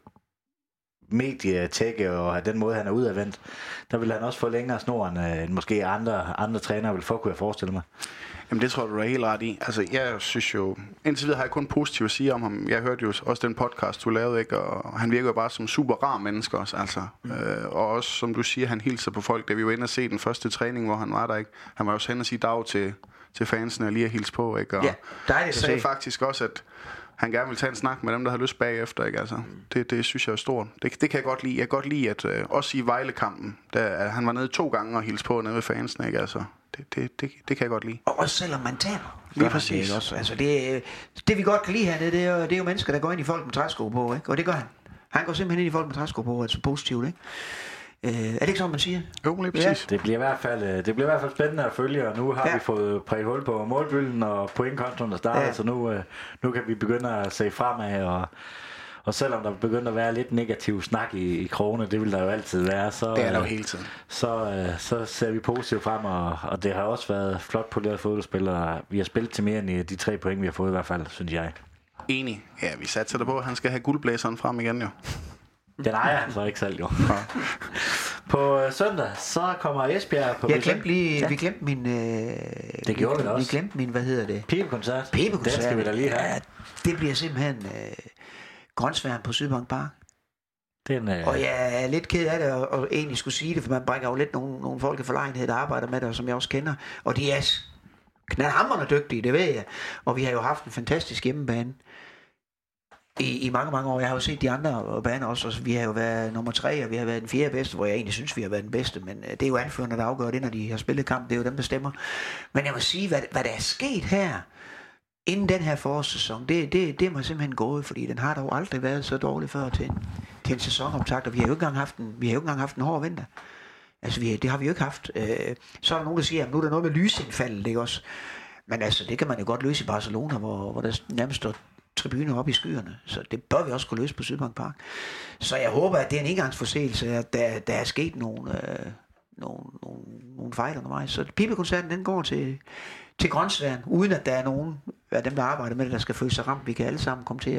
medietække og den måde, han er udadvendt, der vil han også få længere snor, end, øh, end måske andre, andre trænere vil få, kunne jeg forestille mig. Jamen det tror du er helt ret i. Altså jeg synes jo, indtil videre har jeg kun positivt at sige om ham. Jeg hørte jo også den podcast, du lavede, ikke? Og han virker jo bare som super rar menneske også, altså. Mm. Øh, og også, som du siger, han hilser på folk. Da vi var inde og se den første træning, hvor han var der, ikke? Han var også hen og sige dag til, til fansene og lige at hilse på, ikke? Og ja, dejligt at sagde se. faktisk også, at han gerne vil tage en snak med dem, der har lyst bagefter, ikke? Altså, det, det synes jeg er stort. Det, det kan jeg godt lide. Jeg kan godt lide, at øh, også i Vejle-kampen, der, at han var nede to gange og hilse på nede ved fansene, ikke? Altså, det, det, det, det kan jeg godt lide. Og også selvom man taber. Lige præcis. Det, også. Altså, det, det vi godt kan lide hernede, det er, det er jo mennesker, der går ind i folk med træsko på, ikke? Og det gør han. Han går simpelthen ind i folk med træsko på, altså positivt, ikke? Øh, er det ikke sådan, man siger? Jo, lige præcis. Ja, det bliver i hvert fald, det bliver i hvert fald spændende at følge, og nu har ja. vi fået præget hul på målbylden og pointkontoen der starter, ja. Så nu, nu kan vi begynde at se fremad, og, og selvom der begynder at være lidt negativ snak i, i krogene, det vil der jo altid være, så, det er der jo hele tiden. Så, så ser vi positivt frem, og, og det har også været flot poleret fodboldspillere. Vi har spillet til mere end de tre point, vi har fået i hvert fald, synes jeg. Enig. Ja, vi satser der på, at han skal have guldblæseren frem igen jo. Den ejer han så ikke selv jo. Ja. På øh, søndag, så kommer Esbjerg på Jeg glemte lige, ja. vi glemte min... Øh, det gjorde vi, vi også. Vi glemte min, hvad hedder det? Pibekoncert. Pibekoncert. Den skal vi da lige have. Ja, det bliver simpelthen øh, Grønsværen på Sydbank Park. Den, øh... Og jeg er lidt ked af det, og, og egentlig skulle sige det, for man bringer jo lidt nogle, nogle folk i forlegenhed, der arbejder med det, og som jeg også kender. Og de er knaldhamrende dygtige, det ved jeg. Og vi har jo haft en fantastisk hjemmebane. I, I mange, mange år. Jeg har jo set de andre baner også, og vi har jo været nummer tre, og vi har været den fjerde bedste, hvor jeg egentlig synes, vi har været den bedste, men uh, det er jo anførende, der afgør det, når de har spillet kamp, det er jo dem, der stemmer. Men jeg må sige, hvad, hvad der er sket her, inden den her forårssæson, det, det, det må simpelthen gået, fordi den har dog aldrig været så dårlig før til en, til en sæsonoptakt, og vi har jo ikke engang haft en, vi har jo ikke engang haft en hård vinter. Altså, vi, det har vi jo ikke haft. Uh, så er der nogen, der siger, at nu er der noget med lysindfaldet, ikke også? Men altså, det kan man jo godt løse i Barcelona, hvor, hvor der nærmest står tribuner op i skyerne, så det bør vi også kunne løse på Sydbank Park. Så jeg håber, at det er en engangsforseelse, at der, der er sket nogle, øh, nogle, nogle, nogle fejl undervejs. Så pibekoncerten, den går til, til Grønsværen, uden at der er nogen af dem, der arbejder med det, der skal føle sig ramt. Vi kan alle sammen komme til at,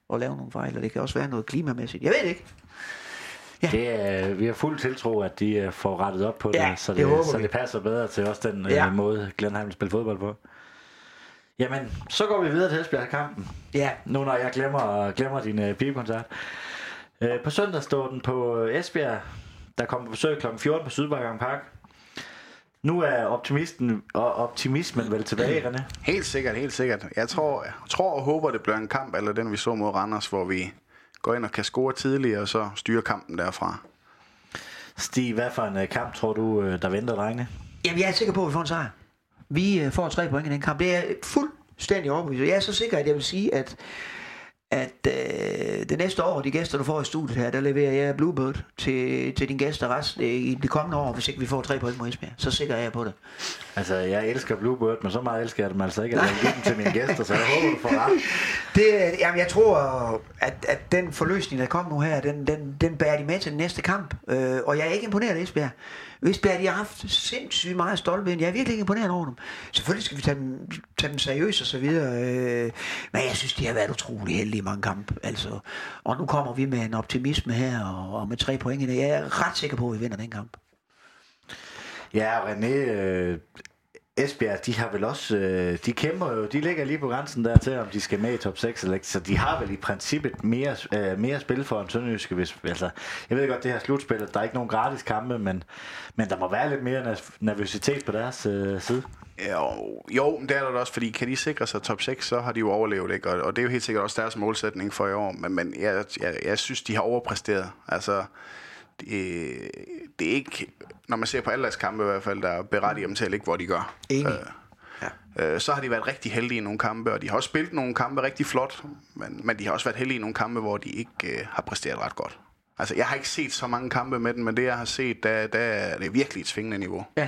at lave nogle fejl, og det kan også være noget klimamæssigt. Jeg ved det ikke. Ja. Det er, vi har fuld tiltro, at de uh, får rettet op på ja, det, så det, det, så det passer bedre til også den uh, ja. måde, Glenheim spiller fodbold på. Jamen, så går vi videre til Esbjerg-kampen. Ja. Nu når jeg glemmer, glemmer din uh, pibekoncert. Uh, på søndag står den på Esbjerg, der kommer på besøg klokken fjorten på Sydbank Park. Nu er optimisten og optimismen vel tilbage, René? Helt sikkert, helt sikkert. Jeg tror, jeg tror og håber, det bliver en kamp, eller den vi så mod Randers, hvor vi går ind og kan score tidligt, og så styre kampen derfra. Stig, hvad for en kamp tror du, der venter drengene? Jamen, jeg er sikker på, at vi får en sejr. Vi får tre point i den kamp. Det er fuldstændig overbevist. Jeg er så sikker, at jeg vil sige, at at øh, det næste år, de gæster, du får i studiet her, der leverer jeg Bluebird til, til dine gæster resten i de kommende år, hvis ikke vi får tre point mod Esbjerg. Så sikker er jeg på det. Altså, jeg elsker Bluebird, men så meget elsker jeg dem altså ikke, at jeg giver dem til mine gæster, så jeg håber, du får ret. Det, jamen, jeg tror, at, at den forløsning, der kom nu her, den, den, den bærer de med til den næste kamp. Øh, og jeg er ikke imponeret af Esbjerg. Esbjerg, de har haft sindssygt meget stolpe ind. Jeg er virkelig ikke imponeret over dem. Selvfølgelig skal vi tage dem, tage dem seriøst og så videre. Øh, men jeg synes, de har været utrolig heldige i mange kampe. Altså, og nu kommer vi med en optimisme her, og, og med tre point i det. Jeg er ret sikker på, at vi vinder den kamp. Ja, René, øh, Esbjerg, de har vel også, øh, de kæmper jo, de ligger lige på grænsen der til, om de skal med i top seks eller ikke, så de har vel i princippet mere, øh, mere spil for en Sønderjyske, hvis, altså, jeg ved godt, det her slutspil, der er ikke nogen gratis kampe, men, men der må være lidt mere nervøsitet på deres øh, side. Jo, jo, det er der også, fordi kan de sikre sig top seks, så har de jo overlevet, ikke? Og, og det er jo helt sikkert også deres målsætning for i år, men, men jeg, jeg, jeg synes, de har overpræsteret, altså det, det er ikke, når man ser på alle deres kampe i hvert fald, der berettiger dem til at ligge, hvor de gør. Enig. Øh, ja. øh, så har de været rigtig heldige i nogle kampe, og de har også spillet nogle kampe rigtig flot, men, men de har også været heldige i nogle kampe, hvor de ikke øh, har præsteret ret godt. Altså, jeg har ikke set så mange kampe med den, men det, jeg har set, der, der er det virkelig et svingende niveau. Ja.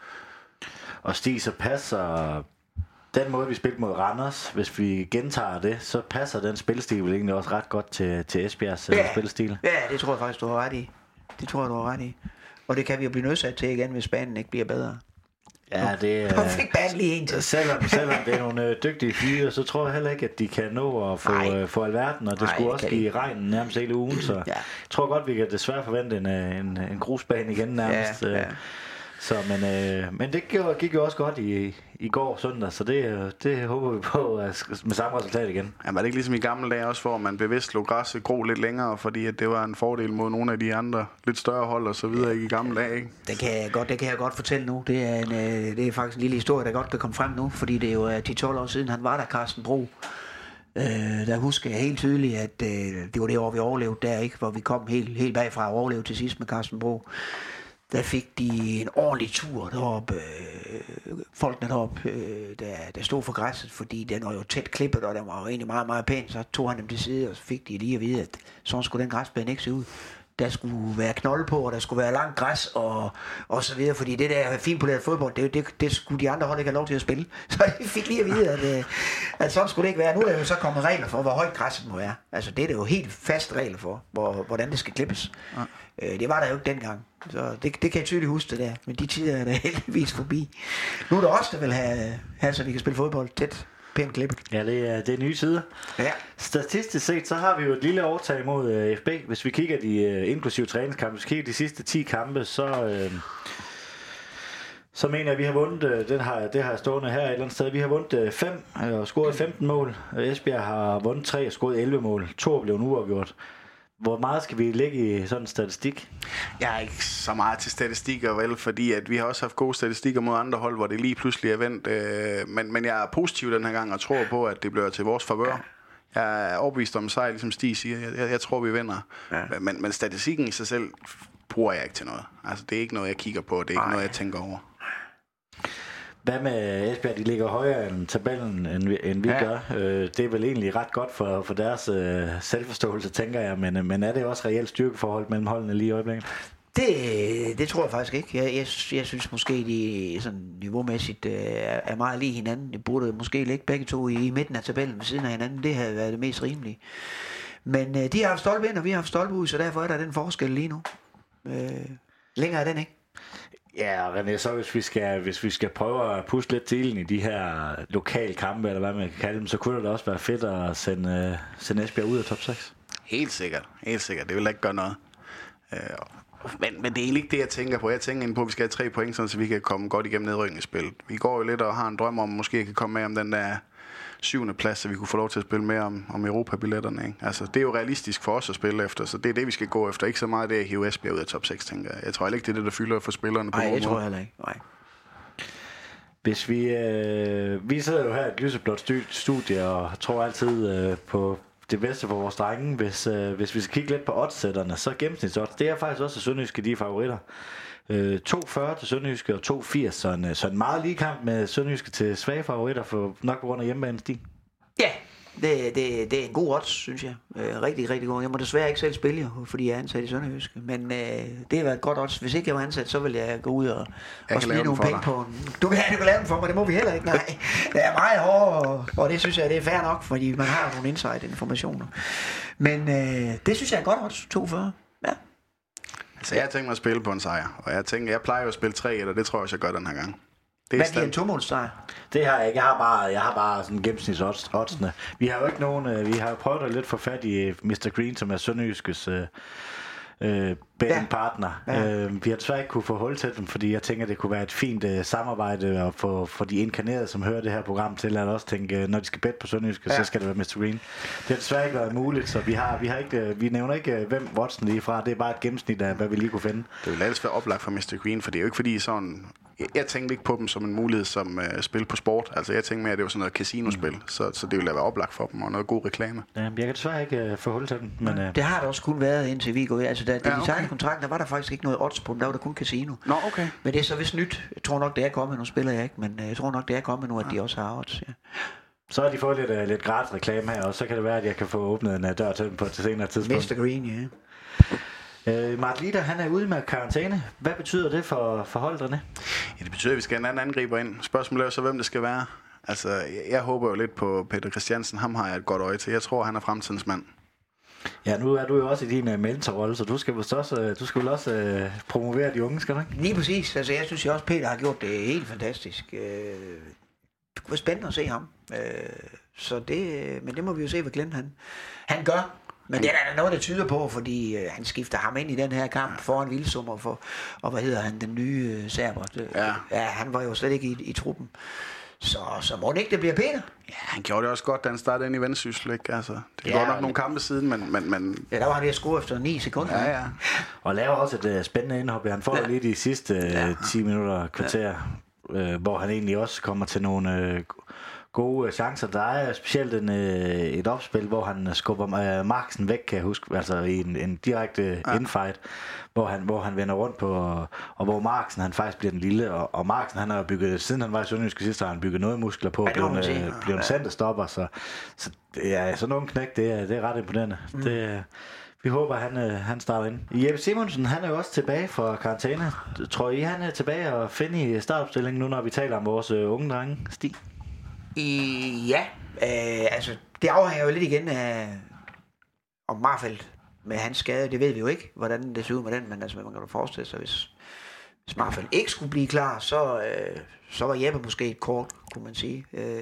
Og Stig, så passer den måde, vi spiller mod Randers, hvis vi gentager det, så passer den spilstil vel egentlig også ret godt til, til Esbjergs ja. spilstil. Ja, det tror jeg faktisk, du har ret i. Det tror jeg, du har ret i. Og det kan vi jo blive nødsat til igen, hvis banen ikke bliver bedre. Ja, det er... Nu fik banen lige en til. Selvom, selvom det er nogle øh, dygtige fyre, så tror jeg heller ikke, at de kan nå at få, øh, få alverden, og det Nej, skulle også give ikke. regnen nærmest hele ugen, så ja. Jeg tror godt, vi kan desværre forvente en, en, en grusbane igen nærmest. Ja, ja. Så, men, øh, men det gik, gik jo også godt i, i går søndag, så det, det håber vi på med samme resultat igen. Ja, var det ikke ligesom i gamle dage også, hvor man bevidst lå græsset gro lidt længere, fordi at det var en fordel mod nogle af de andre lidt større hold og så videre, ikke i gamle dage, ikke? Det kan jeg godt, det kan jeg godt fortælle nu. Det er, en, det er faktisk en lille historie, der godt kan komme frem nu, fordi det er jo ti tolv år siden, han var der, Carsten Bro. Øh, der husker jeg helt tydeligt, at øh, det var det år, vi overlevede der, ikke? Hvor vi kom helt, helt bagfra og overlevede til sidst med Carsten Bro. Der fik de en ordentlig tur deroppe, øh, folkene deroppe, øh, der, der stod for græsset, fordi den var jo tæt klippet, og den var jo egentlig meget, meget pæn. Så tog han dem til side, og så fik de lige at vide, at sådan skulle den græsbane ikke se ud. Der skulle være knold på, og der skulle være langt græs, og, og så videre, fordi det der finpoleret fodbold, det, det, det skulle de andre hold ikke have lov til at spille. Så de fik lige at vide, at, at sådan skulle det ikke være. Nu er der jo så kommet regler for, hvor højt græsset må være. Altså det er det jo helt fast regler for, hvor, hvordan det skal klippes. Ja. Øh, det var der jo ikke dengang. Så det, det kan jeg tydeligt huske det der, men de tider er der heldigvis forbi. Nu er der også, der vil have, have så vi kan spille fodbold tæt. Pænt klippet. Ja, det er, det er nye tider. Ja. Statistisk set, så har vi jo et lille overtag mod uh, F B. Hvis vi kigger de uh, inklusive træningskampe, hvis vi kigger de sidste ti kampe, så, uh, så mener jeg, at vi har vundet, uh, den har, det har jeg stående her et eller andet sted, vi har vundet fem uh, og scoret femten mål. Esbjerg har vundet tre og scoret elleve mål. To blev nu uafgjort. Hvor meget skal vi lægge i sådan en statistik? Jeg er ikke så meget til statistikker, vel, fordi at vi har også haft gode statistikker mod andre hold, hvor det lige pludselig er vendt. Øh, men, men jeg er positiv den her gang og tror på, at det bliver til vores favør. Jeg er overbevist om sejr, ligesom Stig siger. Jeg, jeg, jeg tror, vi vinder. Ja. Men, men statistikken i sig selv bruger jeg ikke til noget. Altså, det er ikke noget, jeg kigger på. Det er ikke Ej. noget, jeg tænker over. Hvad med Esbjerg? De ligger højere end tabellen, end vi, end vi ja. gør. Øh, det er vel egentlig ret godt for, for deres øh, selvforståelse, tænker jeg. Men, men er det også reelt styrkeforhold mellem holdene lige i øjeblikket? Det, det tror jeg faktisk ikke. Jeg, jeg, jeg synes måske, de sådan niveaumæssigt øh, er meget lige hinanden. De burde måske ligge begge to i, i midten af tabellen ved siden af hinanden. Det havde været det mest rimelige. Men øh, de har haft stolpe ind, og vi har haft stolpe ud, så derfor er der den forskel lige nu. Øh, længere er den ikke. Ja, René, så hvis vi skal, hvis vi skal prøve at puste lidt til ilden i de her lokale kampe, eller hvad man kan kalde dem, så kunne det da også være fedt at sende, uh, sende Esbjerg ud af top seks. Helt sikkert, helt sikkert. Det vil ikke gøre noget. Uh, men, men det er egentlig ikke det, jeg tænker på. Jeg tænker egentlig på, at vi skal have tre point, så vi kan komme godt igennem nedrykningsspillet. Vi går jo lidt og har en drøm om, at måske kan komme med om den der syvende plads, så vi kunne få lov til at spille mere om, om Europa-billetterne. Ikke? Altså, det er jo realistisk for os at spille efter, så det er det, vi skal gå efter. Ikke så meget det at hive Esbjerg ud af top seks, tænker jeg. Jeg tror ikke, det er det, der fylder for spillerne på Nej, nogen det tror måde. jeg heller ikke. Nej. Hvis vi, øh, vi sidder jo her i et lyseblåt studie og tror altid øh, på det bedste for vores drenge. Hvis, øh, hvis vi skal kigge lidt på oddsætterne, så gennemsnitsodds, det er faktisk også Sønderjyske, de favoritter. Øh, to fyrre til Sønderjyske og to firs, så en, så en meget lige kamp med Sønderjyske til svage favoritter, for nok på grund af hjemmebanen stig. Ja, det, det, det er en god odds, synes jeg. Øh, rigtig, rigtig god. Jeg må desværre ikke selv spille, jo, fordi jeg er ansat i Sønderjyske. Men øh, det har været et godt odds. Hvis ikke jeg var ansat, så ville jeg gå ud og, og smide nogle penge på den. Du kan, du kan lave den for mig, det må vi heller ikke. Nej, det er meget hårdt, og, og det synes jeg, det er fair nok, fordi man har nogle insight-informationer. Men øh, det synes jeg er et godt odds, to fyrre. Ja. Altså, jeg har tænkt mig at spille på en sejr, og jeg tænker, jeg plejer jo at spille tre et, og det tror jeg også, jeg gør den her gang. Det Hvad bliver en to-målssejr? Det har jeg ikke. Jeg har bare, jeg har bare sådan gennemsnitsoddsene. Vi har jo ikke nogen, øh, vi har jo prøvet at lidt få fat i mister Green, som er Sønderjyskes øh, øh, partner. Ja. Øh, vi har desværre ikke kunne få hold til dem, fordi jeg tænker, det kunne være et fint øh, samarbejde og for, for de inkarnerede, som hører det her program til, at også tænke, øh, når de skal bette på Sønderjyske, ja. Så skal det være mister Green. Det har desværre ikke været muligt, så vi har, vi har ikke, øh, vi nævner ikke, øh, hvem Watson lige fra. Det er bare et gennemsnit af, hvad vi lige kunne finde. Det vil altid være oplagt for mister Green, for det er jo ikke fordi sådan... Jeg, jeg tænkte ikke på dem som en mulighed som uh, spil på sport. Altså jeg tænkte mere, at det var sådan noget casinospil, mm. så, så det ville være oplagt for dem, og noget god reklame. Ja, jeg kan desværre ikke uh, få hold til dem. Men, uh... Det har der også kun været indtil vi går i. Altså da, da ja, okay. de signede kontrakten, der var der faktisk ikke noget odds på dem, der var der kun casino. Nå, okay. Men det er så vist nyt. Jeg tror nok, det er kommet, nu spiller jeg ikke, men uh, jeg tror nok, det er kommet nu, at ja. de også har odds. Ja. Så har de fået lidt, uh, lidt gratis reklame her, og så kan det være, at jeg kan få åbnet en uh, dør til dem på et senere tidspunkt. mister Green, ja. Øh, Mark Lider, han er ude med karantæne. Hvad betyder det for, for holderne? Ja, det betyder, at vi skal have en anden angriber ind. Spørgsmålet er så, hvem det skal være. Altså, jeg, jeg håber jo lidt på Peter Christiansen. Ham har jeg et godt øje til. Jeg tror, han er fremtidens mand. Ja, nu er du jo også i din uh, mentorrolle, så du skal vel også, uh, du skal vel også uh, promovere de unge, skal du ikke? Lige præcis. Altså, jeg synes jo også, Peter har gjort det helt fantastisk. Øh, det kunne være spændende at se ham. Øh, så det, men det må vi jo se, hvad Glenn han, han gør. Men det er der noget, der tyder på, fordi øh, han skifter ham ind i den her kamp foran Vilsummer for, og hvad hedder han, den nye øh, serber. Det, ja. ja, han var jo slet ikke i, i truppen. Så, så må det ikke, det bliver Peter. Ja, han gjorde det også godt, da han startede ind i Vendsyssel, ikke? Altså, det ja, går nok nogle kampe siden, men... men, men... Ja, der var han ved at score efter ni sekunder. Ja, ja. Og laver også et uh, spændende indhop. Han får ja. lige de sidste uh, ja. ti minutter, kvarter, ja. uh, hvor han egentlig også kommer til nogle... Uh, gode chancer. Der er specielt en, øh, et opspil, hvor han skubber øh, Marksen væk, kan jeg huske, altså i en, en direkte ja. infight, hvor han, hvor han vender rundt på, og, og hvor Marksen, han faktisk bliver den lille, og, og Marksen, han har bygget, siden han var i Sønderjyske sidst, har han bygget noget muskler på, og ja, blev en, øh, blev en centerstopper, så, så ja, sådan nogle knæk, det er, det er ret imponerende. Mm. Det, vi håber, han, øh, han starter ind. Jeppe Simonsen, han er jo også tilbage fra karantæne. Tror I, han er tilbage og finde i startopstillingen nu, når vi taler om vores øh, unge drenge, Stig? I, ja, øh, altså det afhænger jo lidt igen af om Marfeldt med hans skade, det ved vi jo ikke, hvordan det ser ud med den, men altså man kan jo forestille sig, hvis, hvis Marfeldt ikke skulle blive klar, så, øh, så var Jeppe måske et kort, kunne man sige. Øh,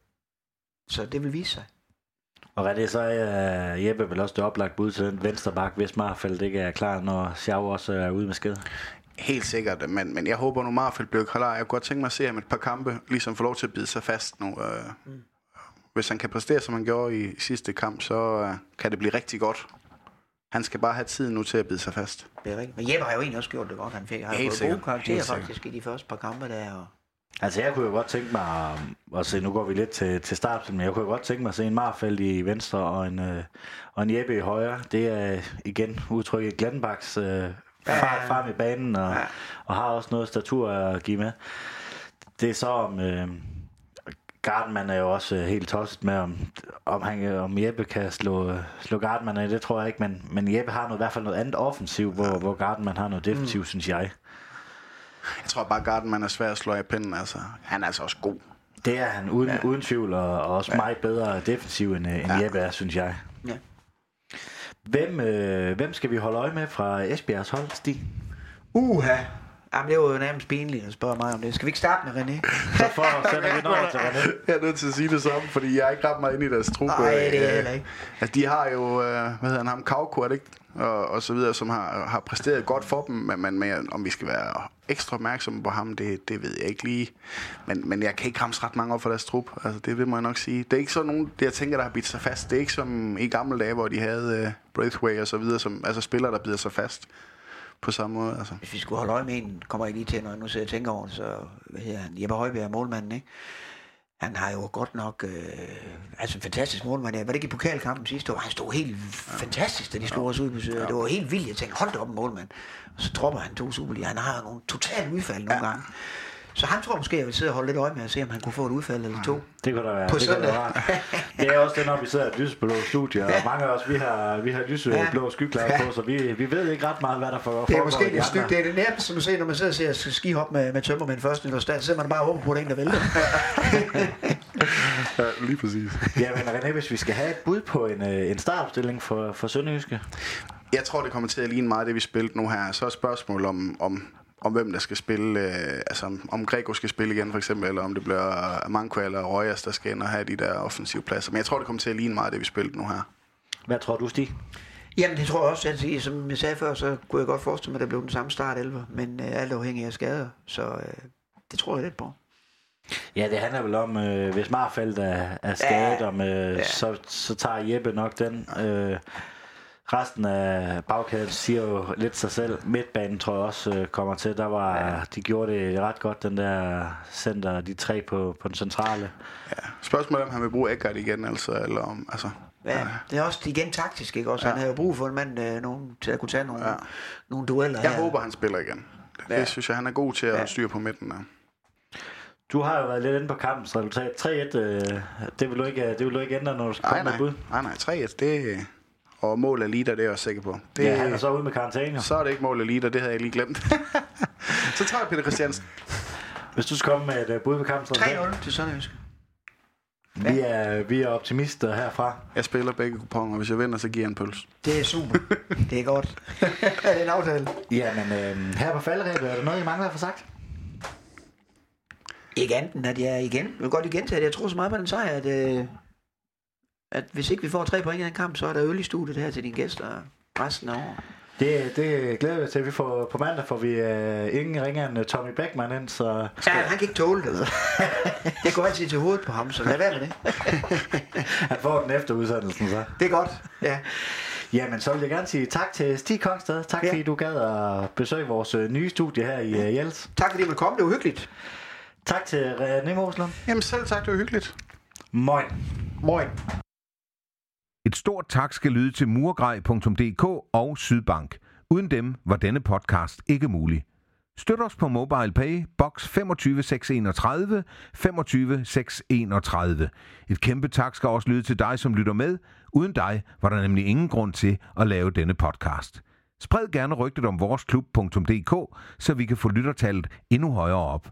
så det vil vise sig. Og hvad det så er, uh, Jeppe vil også det oplagt bud til den venstre bak, hvis Marfeldt ikke er klar, når Schau også er ude med skade? Helt sikkert, men, men jeg håber nu Marfeldt bliver klar. Jeg kunne godt tænke mig at se ham et par kampe, ligesom få lov til at bide sig fast nu. Øh, mm. Hvis han kan præstere, som han gjorde i sidste kamp, så øh, kan det blive rigtig godt. Han skal bare have tid nu til at bide sig fast. Det er rigtigt. Men Jeppe har jo egentlig også gjort det godt. Han fik har jo fået gode karakterer faktisk i de første par kampe der. Og... Altså jeg kunne jo godt tænke mig at se, nu går vi lidt til, til start, men jeg kunne jo godt tænke mig at se en Marfeldt i venstre og en, øh, og en Jeppe i højre. Det er igen udtrykket Glenbachs øh, fart frem i banen, og, ja. og har også noget statur at give med. Det er så om... Øh, Gardenman er jo også helt tosset med, om, om, han, om Jeppe kan slå, slå Gardenman af. Det tror jeg ikke, men, men Jeppe har noget, i hvert fald noget andet offensivt, hvor, hvor Gardenman har noget defensivt, mm. synes jeg. Jeg tror bare, Gardenman er svær at slå i pinden. Altså. Han er altså også god. Det er han, uden, ja. uden tvivl, og, og også ja. meget bedre defensiv, end, end ja. Jeppe er, synes jeg. Ja. Hvem, øh, hvem skal vi holde øje med fra Esbjergs hold, Stig? Uha! Jamen, det var jo nærmest pinligt at spørge mig om det. Skal vi ikke starte med René? Så for sender vi noget til René. Jeg er nødt til at sige det samme, fordi jeg er ikke ret meget inde i deres trup. Nej, det er jeg heller ikke. Altså, de har jo, øh, hvad hedder han, ham, Kauko, er det ikke? Og, og så videre, som har, har præsteret godt for dem, men, men, men om vi skal være ekstra opmærksomme på ham, det, det ved jeg ikke lige. Men, men jeg kan ikke ramse ret mange op for deres trup, altså det vil jeg nok sige. Det er ikke sådan nogen, det jeg tænker, der har bidt sig fast. Det er ikke som i gamle dage, hvor de havde uh, Braithwaite og så videre, som, altså spillere, der bider sig fast på samme måde. Altså. Hvis vi skulle holde øje med en, kommer jeg lige til, når jeg nu sidder og tænker over det, så hvad hedder han? Jeppe Højbjerg, målmanden, ikke? Han har jo godt nok, øh, altså en fantastisk målmand. Var det ikke i pokalkampen sidste år? Han stod helt ja. fantastisk, da de slog os ud på Søder. Ja. Det var helt vildt. Jeg tænkte, hold da op en målmand. Og så dropper han to Superliga. Han har nogle totalt udfald nogle ja. gange. Så han tror måske, jeg vil sidde og holde lidt øje med at se, om han kunne få et udfald eller to. Det kunne der være. På det, søndag. Det er også det, når vi sidder i et lyseblå studie, og mange af os, vi har, vi har lyseblå skyklæder på, så vi, vi ved ikke ret meget, hvad der foregår. Det er måske det stykke, det er det nærmest, som du ser, når man sidder og ser skihop med, med tømmermænd først nytårsdag, så sidder man bare og håber på, at det er en, der vælter. Ja, lige præcis. Ja, men René, hvis vi skal have et bud på en, en startopstilling for, for Sønderjyske? Jeg tror, det kommer til at ligne meget det, vi spillede nu her. Så er et spørgsmål om... om om hvem der skal spille, øh, altså om Grego skal spille igen for eksempel, eller om det bliver Manko eller Royas, der skal ind og have de der offensive pladser. Men jeg tror, det kommer til at ligne meget det, vi spillede nu her. Hvad tror du, Stig? Jamen, det tror jeg også. Altså, som jeg sagde før, så kunne jeg godt forestille mig, at der blev den samme start elleve, men øh, alt afhængig af skader, så øh, det tror jeg lidt på. Ja, det handler vel om, øh, hvis Marfeldt er, er skadet, ja. om, øh, ja. så, så tager Jeppe nok den. Øh, Resten af bagkæden siger jo lidt sig selv. Midtbanen tror jeg også øh, kommer til. Der var, ja. De gjorde det ret godt, den der center, de tre på, på den centrale. Ja. Spørgsmålet er, om han vil bruge Eggert igen, altså, eller om, altså... Ja, ja, det er også igen taktisk, ikke også? Ja. Han havde jo brug for en mand øh, nogen, til at kunne tage nogle, ja. nogle dueller. Jeg her. håber, han spiller igen. Det, ja. det synes jeg, han er god til at ja. styre på midten. Ja. Du har jo været lidt inde på kampens resultat. tre et, øh, det, vil du ikke, det vil du ikke ændre, når du skal komme med bud? Nej, nej, tre et, det... Og mål af Lida, det er jeg også sikker på. Det, ja, han er så ude med karantæne. Så er det ikke mål af Lida, det havde jeg lige glemt. Så tager jeg Peter Christiansen. Hvis du skal komme med et uh, bud på kampen. tre nul til Sønderjysk. Vi er, vi er optimister herfra. Jeg spiller begge kuponer, og hvis jeg vinder, så giver jeg en pølse. Det er super. Det er godt. Det er en aftale. Ja, men øh, her på falderæbet, er der noget, I mangler at få sagt? Ikke andet, at jeg igen, jeg vil godt igen til, at jeg tror så meget på den sejr, at, øh, at hvis ikke vi får tre point i den kamp, så er der øl i studiet her til dine gæster resten af året. Det, det glæder vi til. Vi får, på mandag får vi uh, ingen ringer end uh, Tommy Beckmann ind, så... Ja, han kan ikke tåle det. Det går altid til hovedet på ham, så lad være med det. Han får den efter udsendelsen, så. Det er godt, ja. Jamen, så vil jeg gerne sige tak til Stig Kongsted. Tak, ja. Fordi du gad at besøge vores uh, nye studie her i uh, Jels. Tak, fordi du kom. Det var hyggeligt. Tak til René Moslund. Jamen selv tak, det var hyggeligt. Moin. Moin. Et stort tak skal lyde til murgrej punktum d k og Sydbank. Uden dem var denne podcast ikke mulig. Støt os på MobilePay, box femogtyve seks enogtredive, femogtyve seks enogtredive. Et kæmpe tak skal også lyde til dig, som lytter med. Uden dig var der nemlig ingen grund til at lave denne podcast. Spred gerne rygtet om vores klub punktum d k, så vi kan få lyttertallet endnu højere op.